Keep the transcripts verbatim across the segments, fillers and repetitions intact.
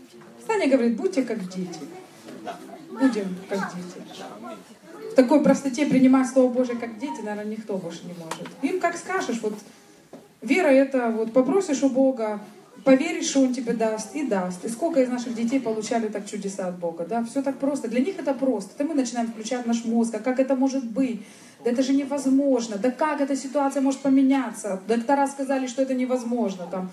Таня говорит, будьте как дети. Будем как дети. В такой простоте принимать Слово Божие как дети, наверное, никто больше не может. Им как скажешь, вот вера это вот попросишь у Бога, поверишь, что Он тебе даст, и даст. И сколько из наших детей получали так чудеса от Бога, да? Все так просто. Для них это просто. Это мы начинаем включать наш мозг. А как это может быть? Да это же невозможно. Да как эта ситуация может поменяться? Доктора сказали, что это невозможно. Там,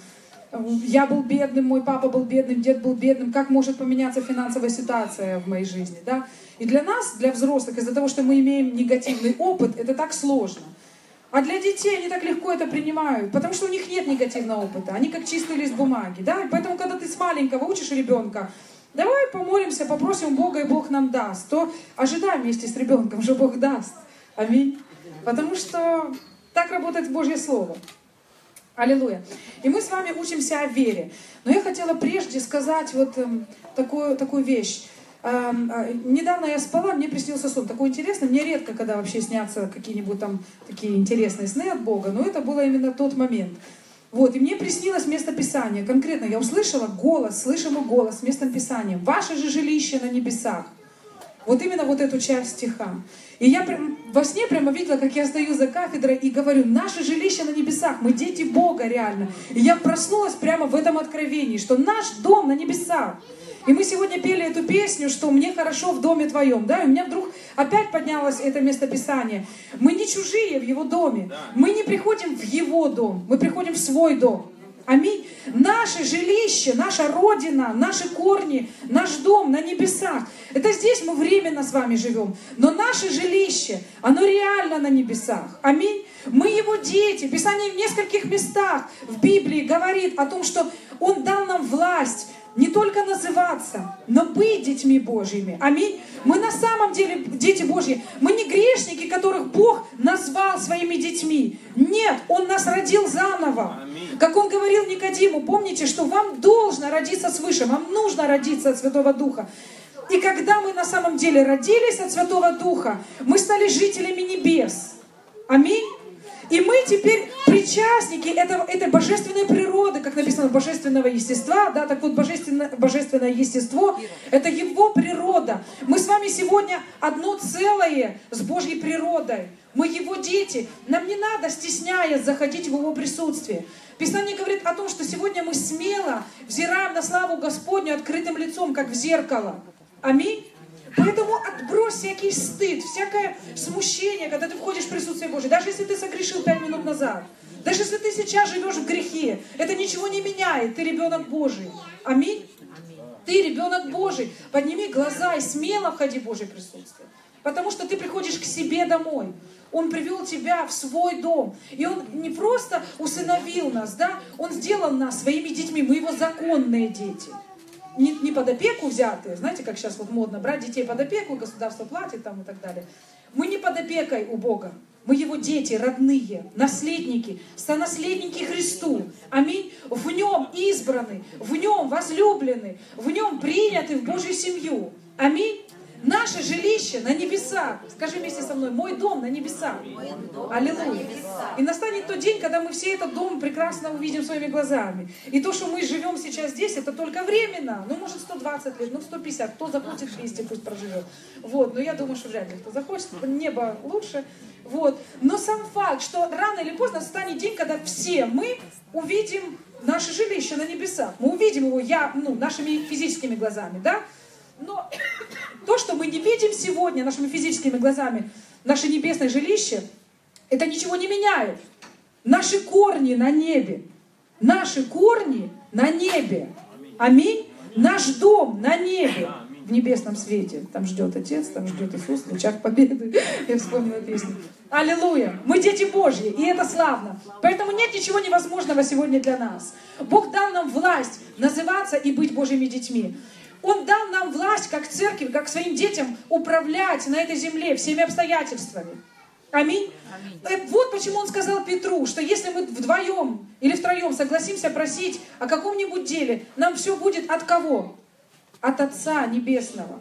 я был бедным, мой папа был бедным, дед был бедным. Как может поменяться финансовая ситуация в моей жизни, да? И для нас, для взрослых, из-за того, что мы имеем негативный опыт, это так сложно. А для детей они так легко это принимают, потому что у них нет негативного опыта. Они как чистый лист бумаги, да? И поэтому, когда ты с маленького учишь ребенка, давай помолимся, попросим Бога, и Бог нам даст, то ожидай вместе с ребенком, что Бог даст. Аминь. Потому что так работает Божье Слово. Аллилуйя. И мы с вами учимся о вере. Но я хотела прежде сказать вот эм, такую, такую вещь. Эм, э, недавно я спала, мне приснился сон. Такой интересный. Мне редко, когда вообще снятся какие-нибудь там такие интересные сны от Бога, но это было именно тот момент. Вот, и мне приснилось место Писания. Конкретно я услышала голос, слышимый голос с местом Писания. «Ваше же жилище на небесах». Вот именно вот эту часть стиха. И я прям, во сне прямо видела, как я стою за кафедрой и говорю, наше жилище на небесах, мы дети Бога реально. И я проснулась прямо в этом откровении, что наш дом на небесах. И мы сегодня пели эту песню, что «Мне хорошо в доме твоем». Да? И у меня вдруг опять поднялось это местописание. Мы не чужие в его доме. Мы не приходим в его дом, мы приходим в свой дом. Аминь. Наше жилище, наша родина, наши корни, наш дом на небесах. Это здесь мы временно с вами живем. Но наше жилище, оно реально на небесах. Аминь. Мы его дети. Писание в нескольких местах в Библии говорит о том, что Он дал нам власть не только называться, но быть детьми Божьими. Аминь. Мы на самом деле дети Божьи. Мы не грешники, которых Бог назвал своими детьми. Нет, Он нас родил заново. Аминь. Как Он говорил Никодиму, помните, что вам должно родиться свыше, вам нужно родиться от Святого Духа. И когда мы на самом деле родились от Святого Духа, мы стали жителями небес. Аминь. И мы теперь причастники этого, этой божественной природы, как написано, божественного естества. Да, так вот, божественное, божественное естество — это Его природа. Мы с вами сегодня одно целое с Божьей природой. Мы Его дети. Нам не надо, стесняясь, заходить в Его присутствие. Писание говорит о том, что сегодня мы смело взираем на славу Господню открытым лицом, как в зеркало. Аминь. Поэтому отбрось всякий стыд, всякое смущение, когда ты входишь в присутствие Божие. Даже если ты согрешил пять минут назад, даже если ты сейчас живешь в грехе, это ничего не меняет. Ты ребенок Божий. Аминь. Ты ребенок Божий. Подними глаза и смело входи в Божье присутствие. Потому что ты приходишь к себе домой. Он привел тебя в свой дом. И Он не просто усыновил нас, да? Он сделал нас своими детьми. Мы Его законные дети. Не, не под опеку взятые, знаете, как сейчас вот модно, брать детей под опеку, государство платит там и так далее. Мы не под опекой у Бога. Мы Его дети, родные, наследники, сонаследники Христу. Аминь. В Нем избраны, в Нем возлюблены, в Нем приняты в Божью семью. Аминь. Наше жилище на небесах. Скажи вместе со мной, мой дом на небесах. Аллилуйя. И настанет тот день, когда мы все этот дом прекрасно увидим своими глазами. И то, что мы живем сейчас здесь, это только временно. Ну, может, сто двадцать лет, ну, сто пятьдесят. Кто захочет двести, пусть проживет. Вот. Но я думаю, что вряд ли кто захочет. Небо лучше. Вот. Но сам факт, что рано или поздно станет день, когда все мы увидим наше жилище на небесах. Мы увидим его я, ну, нашими физическими глазами, да? Но то, что мы не видим сегодня нашими физическими глазами, наше небесное жилище, это ничего не меняет. Наши корни на небе. Наши корни на небе. Аминь. Наш дом на небе. В небесном свете. Там ждет Отец, там ждет Иисус, в лучах победы. Я вспомнила песню. Аллилуйя. Мы дети Божьи, и это славно. Поэтому нет ничего невозможного сегодня для нас. Бог дал нам власть называться и быть Божьими детьми. Он дал нам власть, как церкви, как своим детям, управлять на этой земле всеми обстоятельствами. Аминь. Аминь. Вот почему Он сказал Петру, что если мы вдвоем или втроем согласимся просить о каком-нибудь деле, нам все будет от кого? От Отца Небесного.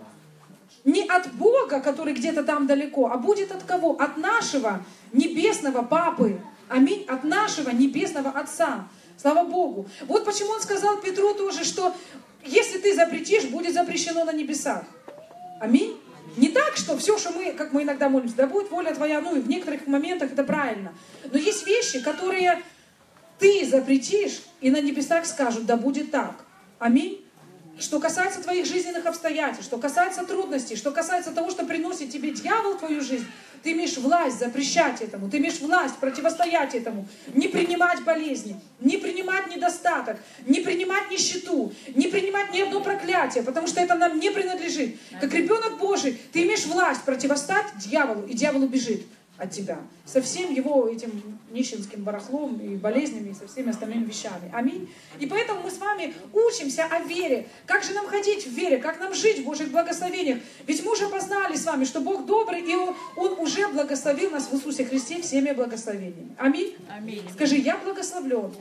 Не от Бога, который где-то там далеко, а будет от кого? От нашего Небесного Папы. Аминь. От нашего Небесного Отца. Слава Богу. Вот почему Он сказал Петру тоже, что если ты запретишь, будет запрещено на небесах. Аминь. Не так, что все, что мы, как мы иногда молимся, да будет воля твоя, ну и в некоторых моментах это правильно. Но есть вещи, которые ты запретишь, и на небесах скажут, да будет так. Аминь. Что касается твоих жизненных обстоятельств, что касается трудностей, что касается того, что приносит тебе дьявол в твою жизнь, ты имеешь власть запрещать этому, ты имеешь власть противостоять этому, не принимать болезни, не принимать недостаток, не принимать нищету, не принимать ни одно проклятие, потому что это нам не принадлежит. Как ребенок Божий, ты имеешь власть противостать дьяволу, и дьявол убежит от тебя. Со всем его этим нищенским барахлом и болезнями, и со всеми остальными вещами. Аминь. И поэтому мы с вами учимся о вере. Как же нам ходить в вере, как нам жить в Божьих благословениях. Ведь мы уже познали с вами, что Бог добрый, и Он, Он уже благословил нас в Иисусе Христе всеми благословениями. Аминь. Аминь. Скажи, я благословлен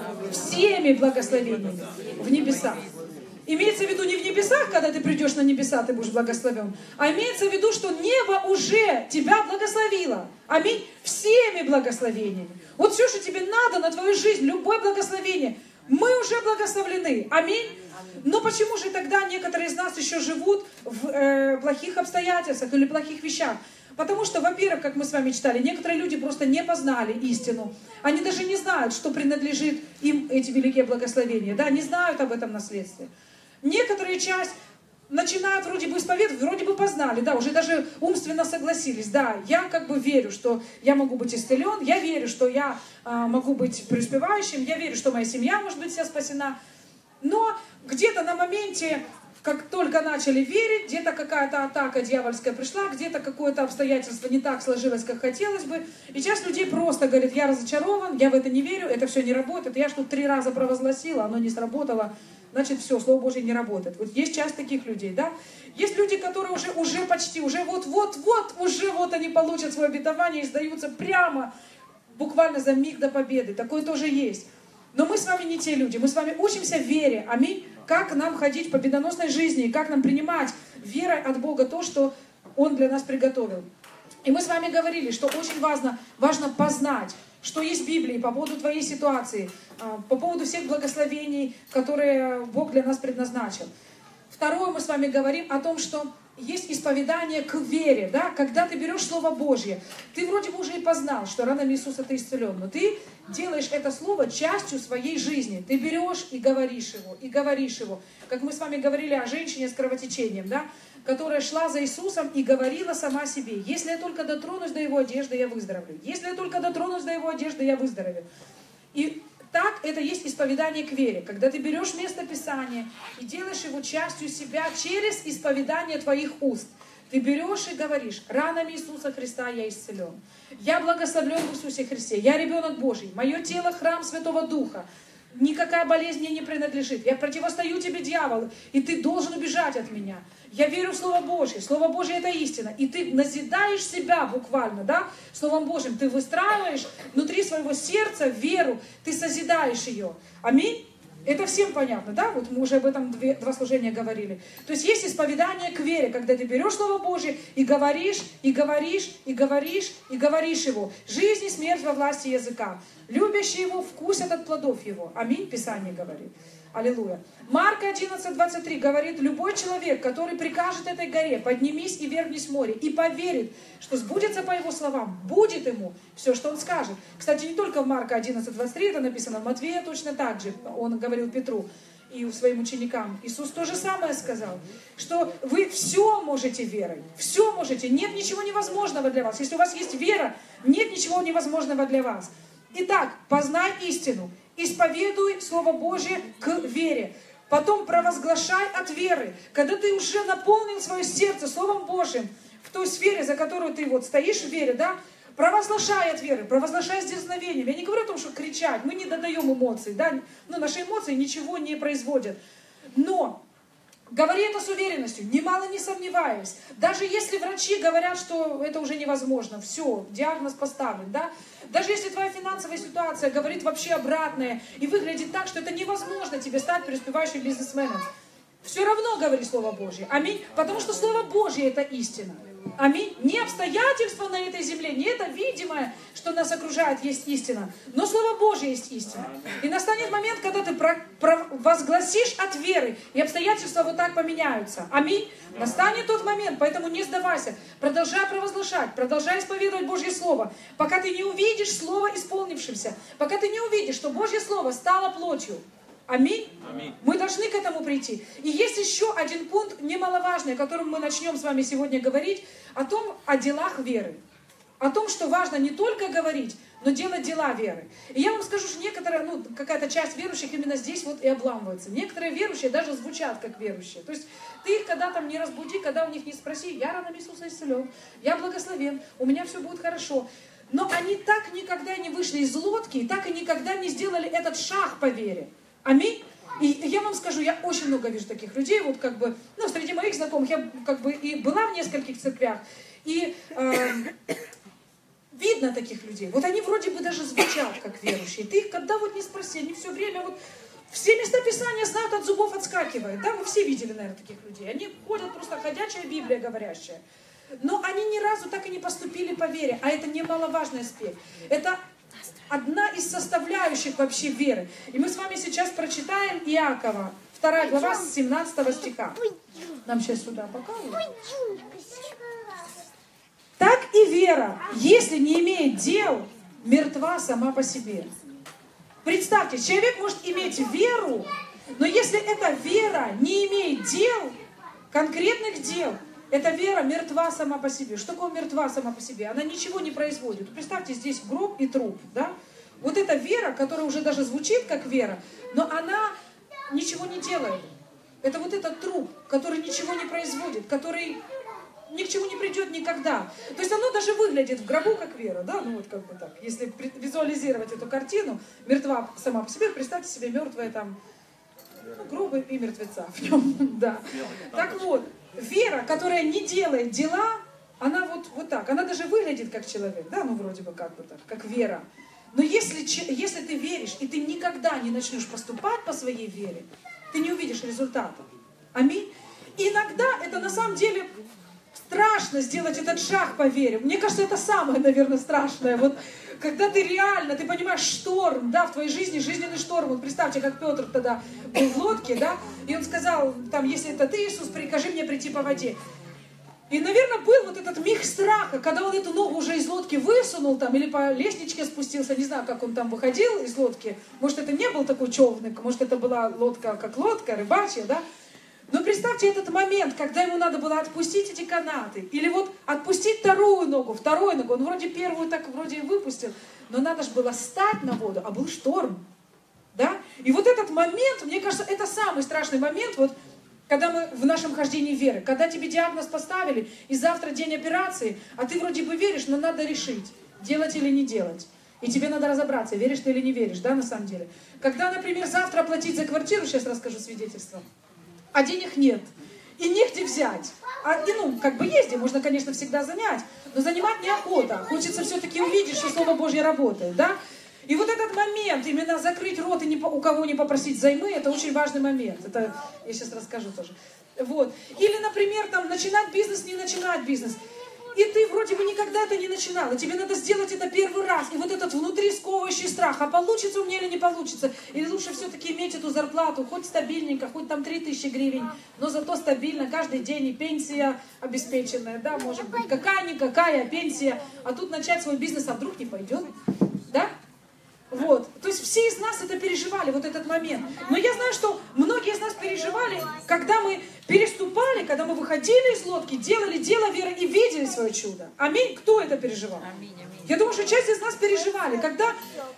всеми благословениями в небесах. Имеется в виду не в небесах, когда ты придешь на небеса, ты будешь благословен, а имеется в виду, что небо уже тебя благословило. Аминь. Всеми благословениями. Вот все, что тебе надо на твою жизнь, любое благословение, мы уже благословлены. Аминь. Но почему же тогда некоторые из нас еще живут в э, плохих обстоятельствах или плохих вещах? Потому что, во-первых, как мы с вами читали, некоторые люди просто не познали истину. Они даже не знают, что принадлежит им эти великие благословения. Да, не знают об этом наследстве. Некоторые часть начинают вроде бы исповедовать, вроде бы познали, да, уже даже умственно согласились. Да, я как бы верю, что я могу быть исцелен, я верю, что я а, могу быть преуспевающим, я верю, что моя семья может быть вся спасена. Но где-то на моменте, как только начали верить, где-то какая-то атака дьявольская пришла, где-то какое-то обстоятельство не так сложилось, как хотелось бы. И часть людей просто говорит, я разочарован, я в это не верю, это все не работает. Я ж тут три раза провозгласила, оно не сработало. Значит, все, Слово Божье не работает. Вот есть часть таких людей, да? Есть люди, которые уже, уже почти, уже вот-вот-вот, уже вот они получат свое обетование и сдаются прямо, буквально за миг до победы. Такое тоже есть. Но мы с вами не те люди. Мы с вами учимся вере. Аминь. Как нам ходить в победоносной жизни, как нам принимать верой от Бога то, что Он для нас приготовил. И мы с вами говорили, что очень важно, важно познать, что есть в Библии по поводу твоей ситуации, по поводу всех благословений, которые Бог для нас предназначил. Второе, мы с вами говорим о том, что есть исповедание к вере, да? Когда ты берешь Слово Божье, ты вроде бы уже и познал, что ранами Иисуса ты исцелен, но ты делаешь это Слово частью своей жизни. Ты берешь и говоришь его, и говоришь его. Как мы с вами говорили о женщине с кровотечением, да? Которая шла за Иисусом и говорила сама себе, если я только дотронусь до Его одежды, я выздоровлю. Если я только дотронусь до Его одежды, я выздоровлю. И так это есть исповедание к вере, когда ты берешь место Писания и делаешь его частью себя через исповедание твоих уст. Ты берешь и говоришь, ранами Иисуса Христа я исцелен. Я благословлен в Иисусе Христе. Я ребенок Божий. Мое тело храм Святого Духа. Никакая болезнь мне не принадлежит. Я противостою тебе, дьявол, и ты должен убежать от меня. Я верю в Слово Божье. Слово Божье — это истина. И ты назидаешь себя буквально, да, Словом Божьим. Ты выстраиваешь внутри своего сердца веру, ты созидаешь ее. Аминь. Это всем понятно, да? Вот мы уже об этом две, два служения говорили. То есть есть исповедание к вере, когда ты берешь Слово Божье и говоришь, и говоришь, и говоришь, и говоришь его. Жизнь и смерть во власти языка. Любящие его вкусят от плодов его. Аминь, Писание говорит. Аллилуйя. Марка одиннадцать двадцать три говорит, любой человек, который прикажет этой горе, поднимись и вергнись в море, и поверит, что сбудется по его словам, будет ему все, что он скажет. Кстати, не только в Марка одиннадцать двадцать три это написано, в Матвея точно так же. Он говорил Петру и своим ученикам. Иисус то же самое сказал, что вы все можете верой, все можете, нет ничего невозможного для вас. Если у вас есть вера, нет ничего невозможного для вас. Итак, познай истину, исповедуй Слово Божье к вере. Потом провозглашай от веры. Когда ты уже наполнил свое сердце Словом Божьим в той сфере, за которую ты вот стоишь в вере, да, провозглашай от веры, провозглашай с дерзновением. Я не говорю о том, что кричать, мы не додаем эмоций, да, ну, наши эмоции ничего не производят. Но говори это с уверенностью, немало не сомневаясь. Даже если врачи говорят, что это уже невозможно, все, диагноз поставлен, да. Даже если твоя финансовая ситуация говорит вообще обратное и выглядит так, что это невозможно тебе стать преуспевающим бизнесменом, все равно говори Слово Божье. Аминь. Потому что Слово Божье — это истина. Аминь. Не обстоятельства на этой земле, не это видимое, что нас окружает, есть истина. Но Слово Божье есть истина. И настанет момент, когда ты провозгласишь от веры, и обстоятельства вот так поменяются. Аминь. Настанет тот момент, поэтому не сдавайся. Продолжай провозглашать, продолжай исповедовать Божье Слово, пока ты не увидишь Слово исполнившимся, пока ты не увидишь, что Божье Слово стало плотью. Аминь. Аминь. Мы должны к этому прийти. И есть еще один пункт немаловажный, о котором мы начнем с вами сегодня говорить, о том, о делах веры. О том, что важно не только говорить, но делать дела веры. И я вам скажу, что некоторая, ну, какая-то часть верующих именно здесь вот и обламывается. Некоторые верующие даже звучат как верующие. То есть ты их когда там не разбуди, когда у них не спроси, я раном Иисуса исцелен, я благословен, у меня все будет хорошо. Но они так никогда не вышли из лодки, и так и никогда не сделали этот шаг по вере. Аминь. И я вам скажу, я очень много вижу таких людей, вот как бы, ну, среди моих знакомых, я как бы и была в нескольких церквях, и э, видно таких людей. Вот они вроде бы даже звучат как верующие. Ты их когда вот не спроси, они все время вот, все места Писания знают, от зубов отскакивают. Да, вы все видели, наверное, таких людей. Они ходят, просто ходячая Библия говорящая. Но они ни разу так и не поступили по вере, а это немаловажный аспект. Это одна из составляющих вообще веры. И мы с вами сейчас прочитаем Иакова, вторая глава, с семнадцатого стиха. Нам сейчас сюда показывают. Так и вера, если не имеет дел, мертва сама по себе. Представьте, человек может иметь веру, но если эта вера не имеет дел, конкретных дел, эта вера мертва сама по себе. Что такое мертва сама по себе? Она ничего не производит. Представьте, здесь гроб и труп. Да? Вот эта вера, которая уже даже звучит как вера, но она ничего не делает. Это вот этот труп, который ничего не производит, который ни к чему не придет никогда. То есть оно даже выглядит в гробу как вера. Да? Ну вот как бы так. Если визуализировать эту картину, мертва сама по себе, представьте себе мертвая там, ну, гробы и мертвеца в нем. Да. Так вот. Вера, которая не делает дела, она вот, вот так, она даже выглядит как человек, да, ну вроде бы как бы так, как вера. Но если, если ты веришь, и ты никогда не начнешь поступать по своей вере, ты не увидишь результата. Аминь. И иногда это на самом деле страшно сделать этот шаг по вере. Мне кажется, это самое, наверное, страшное. Вот когда ты реально, ты понимаешь, шторм, да, в твоей жизни, жизненный шторм. Вот представьте, как Петр тогда был в лодке, да, и он сказал, там, если это ты, Иисус, прикажи мне прийти по воде. И, наверное, был вот этот миг страха, когда он эту ногу уже из лодки высунул, там, или по лестничке спустился, не знаю, как он там выходил из лодки. Может, это не был такой човник, может, это была лодка как лодка, рыбачья, да. Но представьте этот момент, когда ему надо было отпустить эти канаты, или вот отпустить вторую ногу, вторую ногу, он вроде первую так вроде и выпустил, но надо же было стать на воду, а был шторм, да? И вот этот момент, мне кажется, это самый страшный момент, вот, когда мы в нашем хождении веры, когда тебе диагноз поставили, и завтра день операции, а ты вроде бы веришь, но надо решить, делать или не делать. И тебе надо разобраться, веришь ты или не веришь, да, на самом деле. Когда, например, завтра оплатить за квартиру, сейчас расскажу свидетельство, а денег нет, и негде взять. А, и, ну, как бы есть, где можно, конечно, всегда занять, но занимать неохота. Хочется все-таки увидеть, что Слово Божье работает, да? И вот этот момент, именно закрыть рот и не, у кого не попросить займы, это очень важный момент. Это я сейчас расскажу тоже. Вот. Или, например, там, начинать бизнес, не начинать бизнес. И ты вроде бы никогда это не начинала. Тебе надо сделать это первый раз. И вот этот внутри сковывающий страх. А получится у меня или не получится? Или лучше все-таки иметь эту зарплату, хоть стабильненько, хоть там три тысячи гривен, но зато стабильно каждый день и пенсия обеспеченная. Да, может быть, какая-никакая пенсия. А тут начать свой бизнес, а вдруг не пойдет? Да? Вот. То есть все из нас это переживали, вот этот момент. Но я знаю, что многие из нас переживали, когда мы переступали, когда мы выходили из лодки, делали дело веры и видели свое чудо. Аминь. Кто это переживал? Аминь, аминь. Я думаю, что часть из нас переживали, когда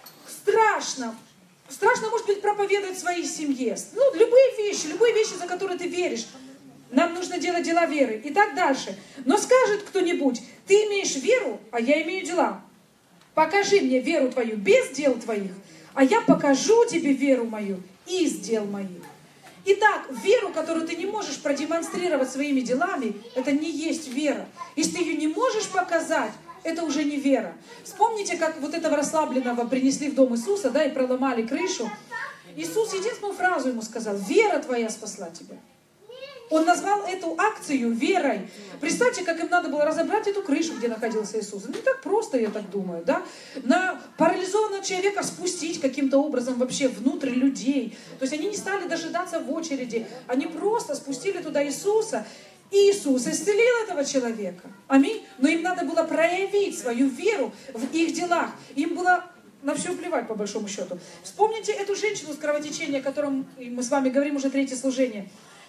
страшно, страшно, может быть, проповедовать своей семье. Ну, любые вещи, любые вещи, за которые ты веришь. Нам нужно делать дела веры и так дальше. Но скажет кто-нибудь, ты имеешь веру, а я имею дела. Покажи мне веру твою без дел твоих, а я покажу тебе веру мою из дел моих. Итак, веру, которую ты не можешь продемонстрировать своими делами, это не есть вера. Если ты ее не можешь показать, это уже не вера. Вспомните, как вот этого расслабленного принесли в дом Иисуса, да, и проломали крышу. Иисус единственную фразу ему сказал: «Вера твоя спасла тебя». Он назвал эту акцию верой. Представьте, как им надо было разобрать эту крышу, где находился Иисус. Ну, не так просто, я так думаю, да? На парализованного человека спустить каким-то образом вообще внутрь людей. То есть они не стали дожидаться в очереди. Они просто спустили туда Иисуса. И Иисус исцелил этого человека. Аминь. Но им надо было проявить свою веру в их делах. Им было на все плевать, по большому счету. Вспомните эту женщину с кровотечением, о котором мы с вами говорим уже третье служение.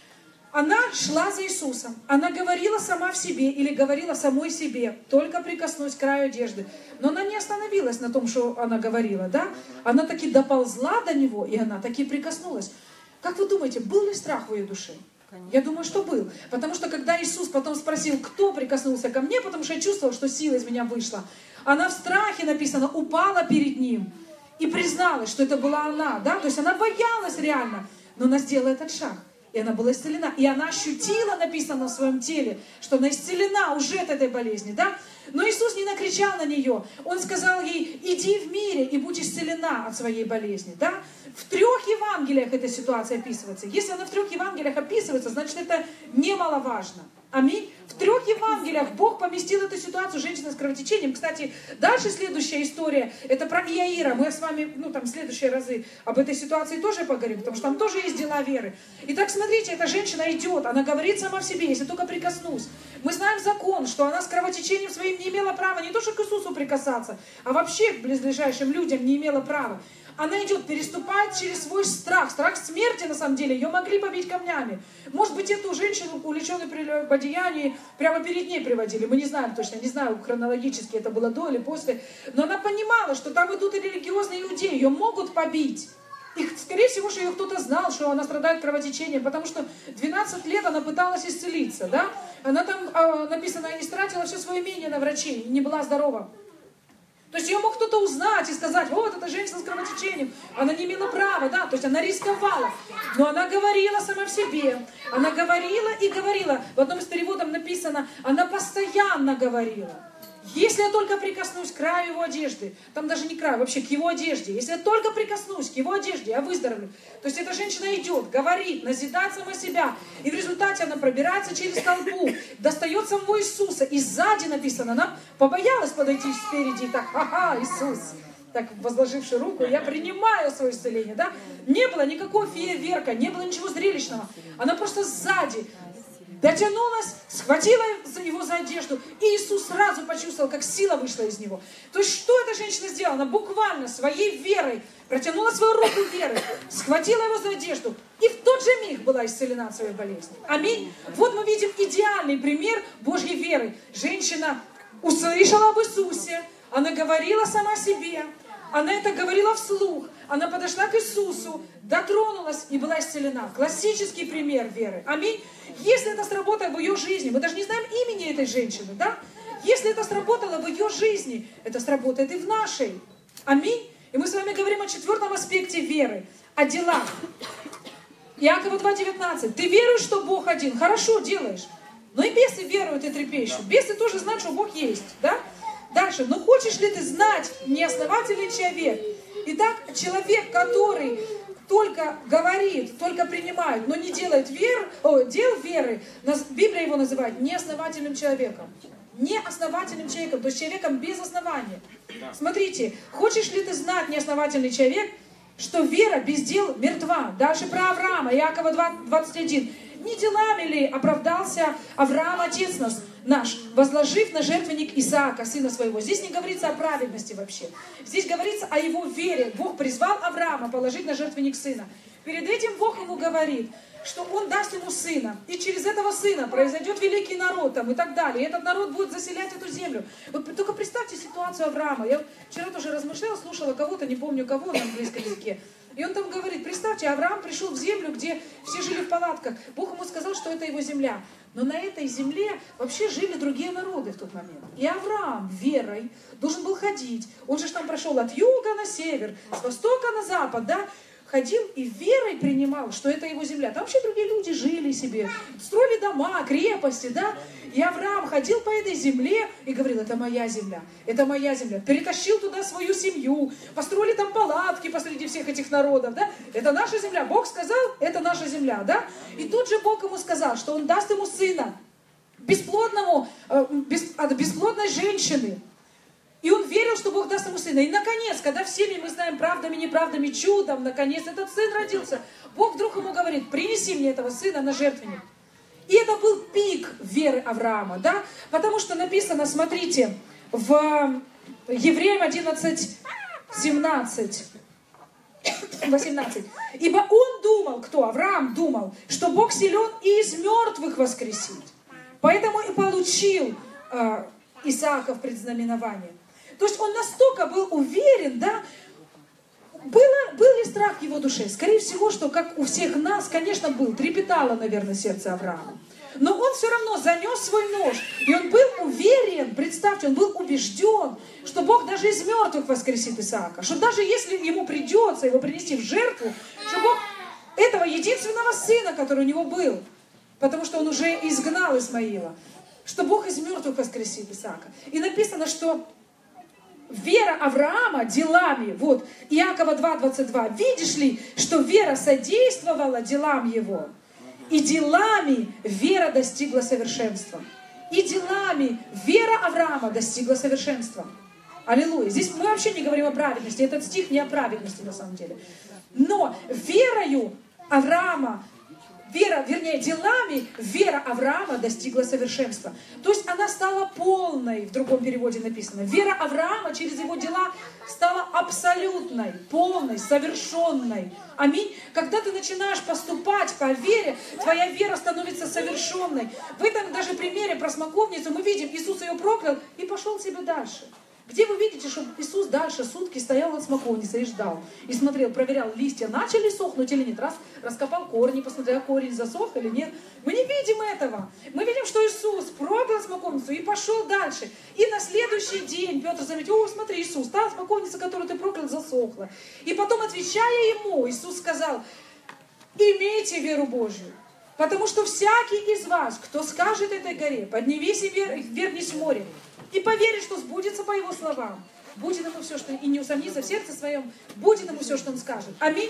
Она шла за Иисусом. Она говорила сама в себе или говорила самой себе, только прикоснусь к краю одежды. Но она не остановилась на том, что она говорила, да? Она таки доползла до него, и она таки прикоснулась. Как вы думаете, был ли страх в ее душе? Я думаю, что был. Потому что когда Иисус потом спросил, кто прикоснулся ко мне, потому что я чувствовала, что сила из меня вышла, она в страхе, написано, упала перед ним и призналась, что это была она. Да? То есть она боялась реально, но она сделала этот шаг. И она была исцелена. И она ощутила, написано в своем теле, что она исцелена уже от этой болезни. Да? Но Иисус не накричал на нее. Он сказал ей, иди в мире и будь исцелена от своей болезни. Да? В трех Евангелиях эта ситуация описывается. Если она в трех Евангелиях описывается, значит это немаловажно. Аминь. В трех Евангелиях Бог поместил эту ситуацию женщины с кровотечением. Кстати, дальше следующая история, это про Иаира. Мы с вами, ну там, в следующие разы об этой ситуации тоже поговорим, потому что там тоже есть дела веры. Итак, смотрите, эта женщина идет, она говорит сама в себе, если только прикоснусь. Мы знаем закон, что она с кровотечением своим не имела права не то что к Иисусу прикасаться, а вообще к близлежащим людям не имела права. Она идет, переступает через свой страх. Страх смерти, на самом деле, ее могли побить камнями. Может быть, эту женщину, увлеченную прелюбодеянием, прямо перед ней приводили. Мы не знаем точно, не знаю хронологически, это было до или после. Но она понимала, что там идут и религиозные иудеи, ее могут побить. И, скорее всего, что ее кто-то знал, что она страдает кровотечением, потому что двенадцать лет она пыталась исцелиться. Да? Она там, написано, истратила все свое имение на врачей, не была здорова. То есть ее мог кто-то узнать и сказать, вот, это женщина с кровотечением. Она не имела права, да, то есть она рисковала. Но она говорила сама в себе. Она говорила и говорила. В одном из переводов написано, она постоянно говорила. Если я только прикоснусь к краю его одежды, там даже не краю, вообще к его одежде, если я только прикоснусь к его одежде, я выздоровлю. То есть эта женщина идет, говорит, назидает сама себя, и в результате она пробирается через толпу, достает самого Иисуса, и сзади написано, она побоялась подойти спереди, и так, ха-ха, Иисус, так возложивши руку, я принимаю свое исцеление, да? Не было никакого фейерверка, не было ничего зрелищного, она просто сзади дотянулась, схватила его за одежду, и Иисус сразу почувствовал, как сила вышла из него. То есть, что эта женщина сделала? Она буквально своей верой протянула свою руку веры, схватила его за одежду, и в тот же миг была исцелена от своей болезни. Аминь. Вот мы видим идеальный пример Божьей веры. Женщина услышала об Иисусе, она говорила сама себе, она это говорила вслух, она подошла к Иисусу, дотронулась и была исцелена. Классический пример веры. Аминь. Если это сработало в ее жизни, мы даже не знаем имени этой женщины, да? Если это сработало в ее жизни, это сработает и в нашей. Аминь. И мы с вами говорим о четвертом аспекте веры, о делах. Иакова два девятнадцать. Ты веруешь, что Бог один? Хорошо делаешь. Но и бесы веруют и трепещут. Бесы тоже знают, что Бог есть, да? Дальше. Но хочешь ли ты знать, неосновательный человек? Итак, человек, который только говорит, только принимает, но не делает вер, о, дел веры, Библия его называет неосновательным человеком. Неосновательным человеком, то есть человеком без основания. Смотрите, хочешь ли ты знать, неосновательный человек, что вера без дел мертва? Дальше про Авраама, Иакова два двадцать один. Не делами ли оправдался Авраам, отец нас, наш, возложив на жертвенник Исаака, сына своего? Здесь не говорится о праведности вообще. Здесь говорится о его вере. Бог призвал Авраама положить на жертвенник сына. Перед этим Бог ему говорит, что он даст ему сына. И через этого сына произойдет великий народ там, и так далее. И этот народ будет заселять эту землю. Вот только представьте ситуацию Авраама. Я вчера тоже размышляла, слушала кого-то, не помню кого, на английском языке. И он там говорит, представьте, Авраам пришел в землю, где все жили в палатках. Бог ему сказал, что это его земля. Но на этой земле вообще жили другие народы в тот момент. И Авраам верой должен был ходить. Он же там прошел от юга на север, с востока на запад, да? ходил и верой принимал, что это его земля. Там вообще другие люди жили себе, строили дома, крепости, да. И Авраам ходил по этой земле и говорил, это моя земля, это моя земля. Перетащил туда свою семью, построили там палатки посреди всех этих народов, да. Это наша земля. Бог сказал, это наша земля, да. И тут же Бог ему сказал, что он даст ему сына, бесплодному, без, от бесплодной женщины. И он верил, что Бог даст ему сына. И наконец, когда всеми мы знаем правдами, неправдами, чудом, наконец этот сын родился, Бог вдруг ему говорит, принеси мне этого сына на жертвенник. И это был пик веры Авраама, да? Потому что написано, смотрите, в Евреям одиннадцать, семнадцать, восемнадцать. Ибо он думал, кто? Авраам думал, что Бог силен и из мертвых воскресить. Поэтому и получил э, Исаака в предзнаменование. То есть он настолько был уверен, да, было, был ли страх в его душе? Скорее всего, что как у всех нас, конечно, был, трепетало, наверное, сердце Авраама. Но он все равно занес свой нож, и он был уверен, представьте, он был убежден, что Бог даже из мертвых воскресит Исаака, что даже если ему придется его принести в жертву, что Бог этого единственного сына, который у него был, потому что он уже изгнал Исмаила, что Бог из мертвых воскресит Исаака. И написано, что вера Авраама делами, вот, Иакова два, двадцать два, видишь ли, что вера содействовала делам его, и делами вера достигла совершенства. И делами вера Авраама достигла совершенства. Аллилуйя. Здесь мы вообще не говорим о праведности, этот стих не о праведности на самом деле. Но верою Авраама, Вера, вернее, делами вера Авраама достигла совершенства. То есть она стала полной, в другом переводе написано. Вера Авраама через его дела стала абсолютной, полной, совершенной. Аминь. Когда ты начинаешь поступать по вере, твоя вера становится совершенной. В этом даже примере про смоковницу мы видим, Иисус ее проклял и пошел себе дальше. Где вы видите, что Иисус дальше сутки стоял над смоковницей и ждал? И смотрел, проверял, листья начали сохнуть или нет. Раз раскопал корни, посмотрел, корень засох или нет. Мы не видим этого. Мы видим, что Иисус проклял смоковницу и пошел дальше. И на следующий день Петр заметил, о, смотри, Иисус, та смоковница, которую ты проклял, засохла. И потом, отвечая ему, Иисус сказал, имейте веру Божью. Потому что всякий из вас, кто скажет этой горе, поднимись и вергнись в море, и поверит, что сбудется по его словам, будет ему все, что... И не усомнится в сердце своем, будет ему все, что он скажет. Аминь.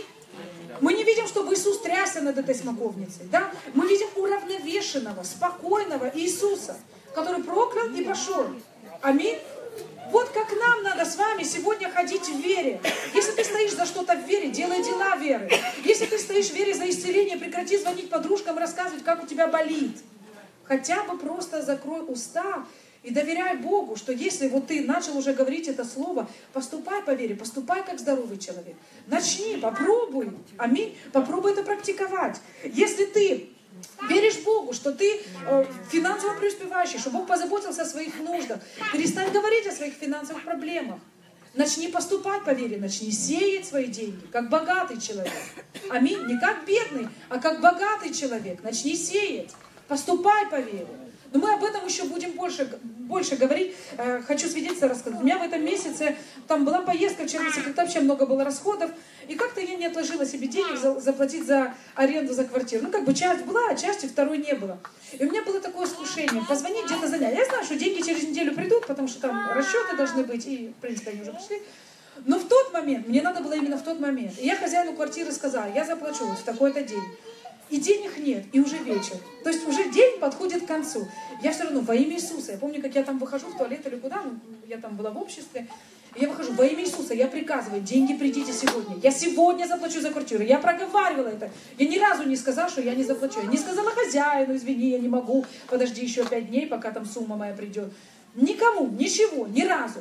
Мы не видим, чтобы Иисус трясся над этой смоковницей. Да? Мы видим уравновешенного, спокойного Иисуса, который проклял и пошел. Аминь. Вот как нам надо с вами сегодня ходить в вере. Если ты стоишь за что-то в вере, делай дела веры. Если ты стоишь в вере за исцеление, прекрати звонить подружкам и рассказывать, как у тебя болит. Хотя бы просто закрой уста и доверяй Богу, что если вот ты начал уже говорить это слово, поступай по вере, поступай как здоровый человек. Начни, попробуй. Аминь. Попробуй это практиковать. Если ты веришь Богу, что ты э, финансово преуспевающий, что Бог позаботился о своих нуждах, перестань говорить о своих финансовых проблемах. Начни поступать по вере, начни сеять свои деньги, как богатый человек. Аминь. Не как бедный, а как богатый человек. Начни сеять. Поступай по вере. Но мы об этом еще будем больше, больше говорить. Э, хочу свидетельство рассказать. У меня в этом месяце там была поездка в Черновцы, когда вообще много было расходов. И как-то я не отложила себе денег за, заплатить за аренду за квартиру. Ну, как бы часть была, а части второй не было. И у меня было такое искушение. Позвонить где-то занять. Я знаю, что деньги через неделю придут, потому что там расчеты должны быть. И, в принципе, они уже пришли. Но в тот момент, мне надо было именно в тот момент. И я хозяину квартиры сказала, я заплачу вот в такой-то день. И денег нет, и уже вечер. То есть уже день подходит к концу. Я все равно во имя Иисуса. Я помню, как я там выхожу в туалет или куда, ну, я там была в обществе. И я выхожу во имя Иисуса, я приказываю, деньги придите сегодня. Я сегодня заплачу за квартиру. Я проговаривала это. Я ни разу не сказала, что я не заплачу. Я не сказала хозяину, извини, я не могу. Подожди еще пять дней, пока там сумма моя придет. Никому, ничего, ни разу.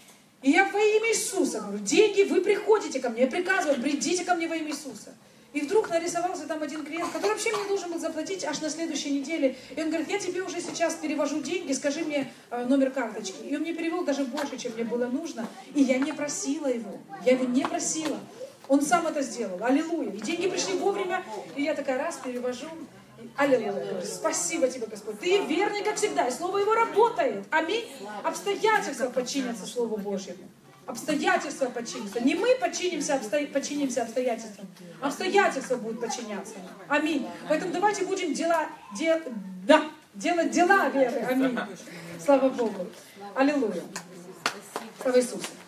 И я во имя Иисуса говорю, деньги, вы приходите ко мне. Я приказываю, придите ко мне во имя Иисуса. И вдруг нарисовался там один клиент, который вообще мне должен был заплатить аж на следующей неделе. И он говорит, я тебе уже сейчас перевожу деньги, скажи мне э, номер карточки. И он мне перевел даже больше, чем мне было нужно. И я не просила его. Я его не просила. Он сам это сделал. Аллилуйя. И деньги пришли вовремя. И я такая раз перевожу. Аллилуйя. Спасибо тебе, Господь. Ты верный, как всегда. И Слово Его работает. Аминь. Обстоятельства подчинятся Слову Божьему. Обстоятельства подчинятся. Не мы подчинимся, обсто... подчинимся обстоятельствам, а обстоятельства будут подчиняться. Аминь. Поэтому давайте будем дела... Де... Да. делать дела веры. Аминь. Слава Богу. Аллилуйя. Слава Иисусу.